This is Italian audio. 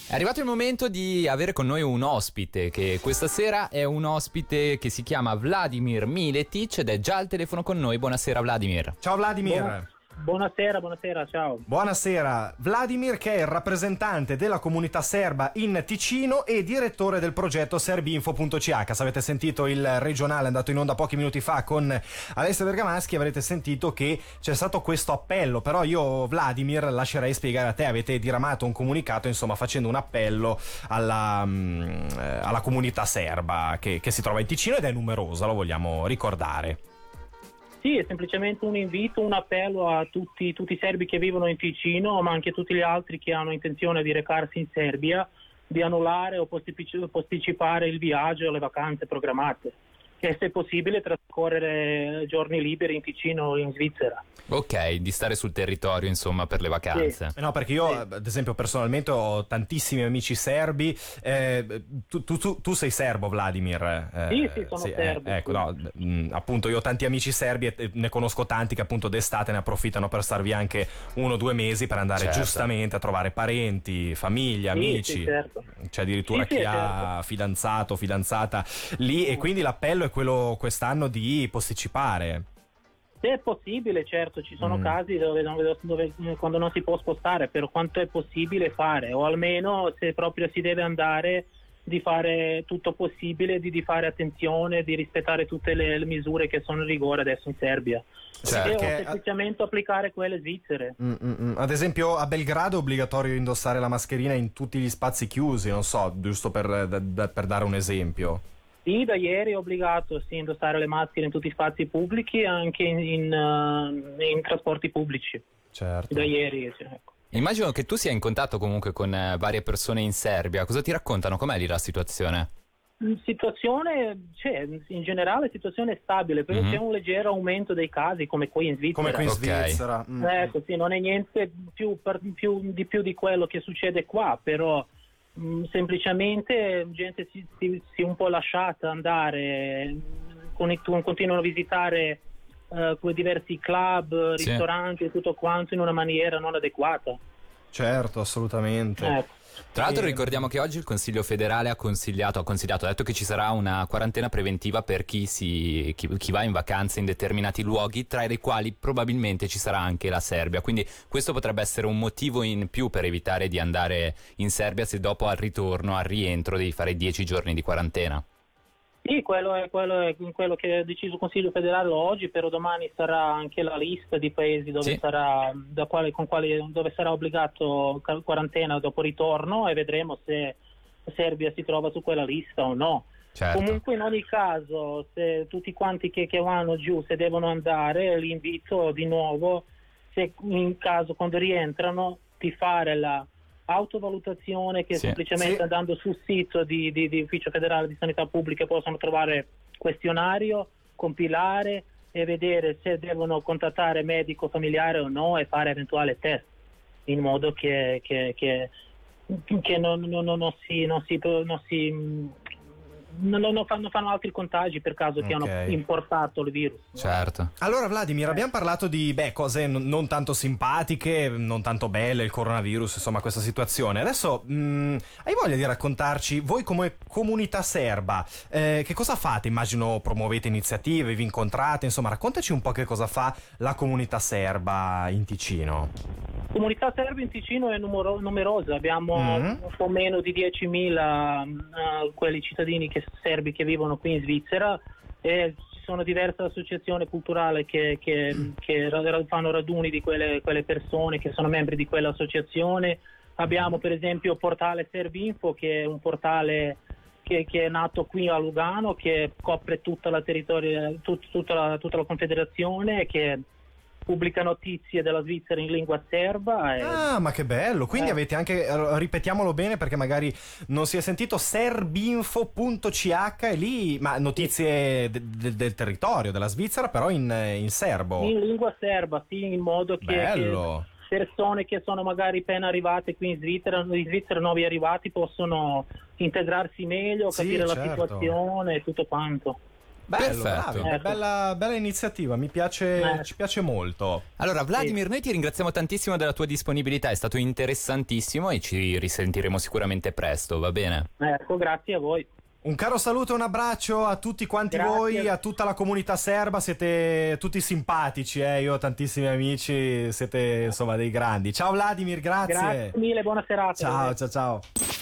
È arrivato il momento di avere con noi un ospite, che questa sera è un ospite che si chiama Vladimir Miletic ed è già al telefono con noi. Buonasera Vladimir. Ciao Vladimir. Buonasera, ciao. Buonasera. Vladimir, che è il rappresentante della comunità serba in Ticino e direttore del progetto serbinfo.ch. Se avete sentito il regionale andato in onda pochi minuti fa con Alessia Bergamaschi, avrete sentito che c'è stato questo appello, però io Vladimir lascerei spiegare a te. Avete diramato un comunicato, insomma, facendo un appello alla comunità serba che si trova in Ticino ed è numerosa, lo vogliamo ricordare. Sì, è semplicemente un invito, un appello a tutti i serbi che vivono in Ticino, ma anche a tutti gli altri che hanno intenzione di recarsi in Serbia, di annullare o posticipare il viaggio o le vacanze programmate, e se possibile trascorrere giorni liberi in Ticino o in Svizzera. Ok, di stare sul territorio, insomma, per le vacanze. No, perché io ad esempio personalmente ho tantissimi amici serbi. Tu sei serbo, Vladimir? Sì, sono serbo. Ecco, no, appunto io ho tanti amici serbi e ne conosco tanti che appunto d'estate ne approfittano per star via anche 1 o 2 mesi per andare giustamente a trovare parenti, famiglia, amici. Sì, certo. C'è addirittura chi ha fidanzato, fidanzata lì, e quindi l'appello è quello quest'anno di posticipare. Se è possibile, certo, ci sono casi dove quando non si può spostare, però quanto è possibile fare, o almeno se proprio si deve andare, di fare tutto possibile, di fare attenzione, di rispettare tutte le misure che sono in rigore adesso in Serbia. Certo. O semplicemente applicare quelle svizzere. Ad esempio a Belgrado è obbligatorio indossare la mascherina in tutti gli spazi chiusi, non so, giusto per dare un esempio. Sì, da ieri è obbligato indossare le maschere in tutti gli spazi pubblici e anche in trasporti pubblici. Certo. Da ieri, ecco. Immagino che tu sia in contatto comunque con varie persone in Serbia. Cosa ti raccontano? Com'è lì la situazione? Situazione, in generale situazione stabile, però c'è un leggero aumento dei casi come qui in Svizzera. Come qui in Svizzera. Ecco, sì, non è niente più di quello che succede qua, però semplicemente gente si un po' lasciata andare, continuano a visitare diversi club, ristoranti e tutto quanto in una maniera non adeguata. Certo, assolutamente. Tra l'altro ricordiamo che oggi il Consiglio federale ha detto che ci sarà una quarantena preventiva per chi va in vacanza in determinati luoghi, tra i quali probabilmente ci sarà anche la Serbia, quindi questo potrebbe essere un motivo in più per evitare di andare in Serbia se dopo al rientro devi fare 10 giorni di quarantena. Sì, quello è quello che ha deciso il Consiglio federale oggi, però domani sarà anche la lista di paesi dove dove sarà obbligato quarantena dopo ritorno, e vedremo se la Serbia si trova su quella lista o no. Certo. Comunque in ogni caso, se tutti quanti che vanno giù, se devono andare, li invito di nuovo, se in caso quando rientrano, di fare la autovalutazione che semplicemente andando sul sito di Ufficio Federale di Sanità Pubblica possono trovare questionario, compilare e vedere se devono contattare medico familiare o no e fare eventuale test, in modo che non fanno altri contagi per caso che hanno importato il virus. Certo. Allora Vladimir, abbiamo parlato di cose non tanto simpatiche, non tanto belle, il coronavirus, insomma questa situazione. Adesso hai voglia di raccontarci, voi come comunità serba, che cosa fate? Immagino promuovete iniziative, vi incontrate, insomma raccontaci un po' che cosa fa la comunità serba in Ticino. La comunità serba in Ticino è numerosa, abbiamo un po' meno di 10.000 quelli cittadini serbi che vivono qui in Svizzera, e ci sono diverse associazioni culturali che fanno raduni di quelle persone che sono membri di quell'associazione. Abbiamo per esempio il portale Serbinfo, che è un portale che è nato qui a Lugano, che copre tutta la Confederazione, che pubblica notizie della Svizzera in lingua serba. Ma che bello! Quindi avete anche, ripetiamolo bene perché magari non si è sentito, serbinfo.ch, e lì notizie del territorio della Svizzera, però in serbo. In lingua serba, sì, in modo bello. Che persone che sono magari appena arrivate qui in Svizzera, nuovi arrivati, possono integrarsi meglio, capire la situazione e tutto quanto. Bello, Perfetto. bravi, bella iniziativa, mi piace, ci piace molto. Allora, Vladimir, noi ti ringraziamo tantissimo della tua disponibilità, è stato interessantissimo e ci risentiremo sicuramente presto, va bene? Ecco, grazie a voi. Un caro saluto e un abbraccio a tutti quanti Grazie. voi, a tutta la comunità serba, siete tutti simpatici, io ho tantissimi amici, siete insomma dei grandi. Ciao Vladimir, grazie. Grazie mille, buona serata. Ciao, ciao, ciao.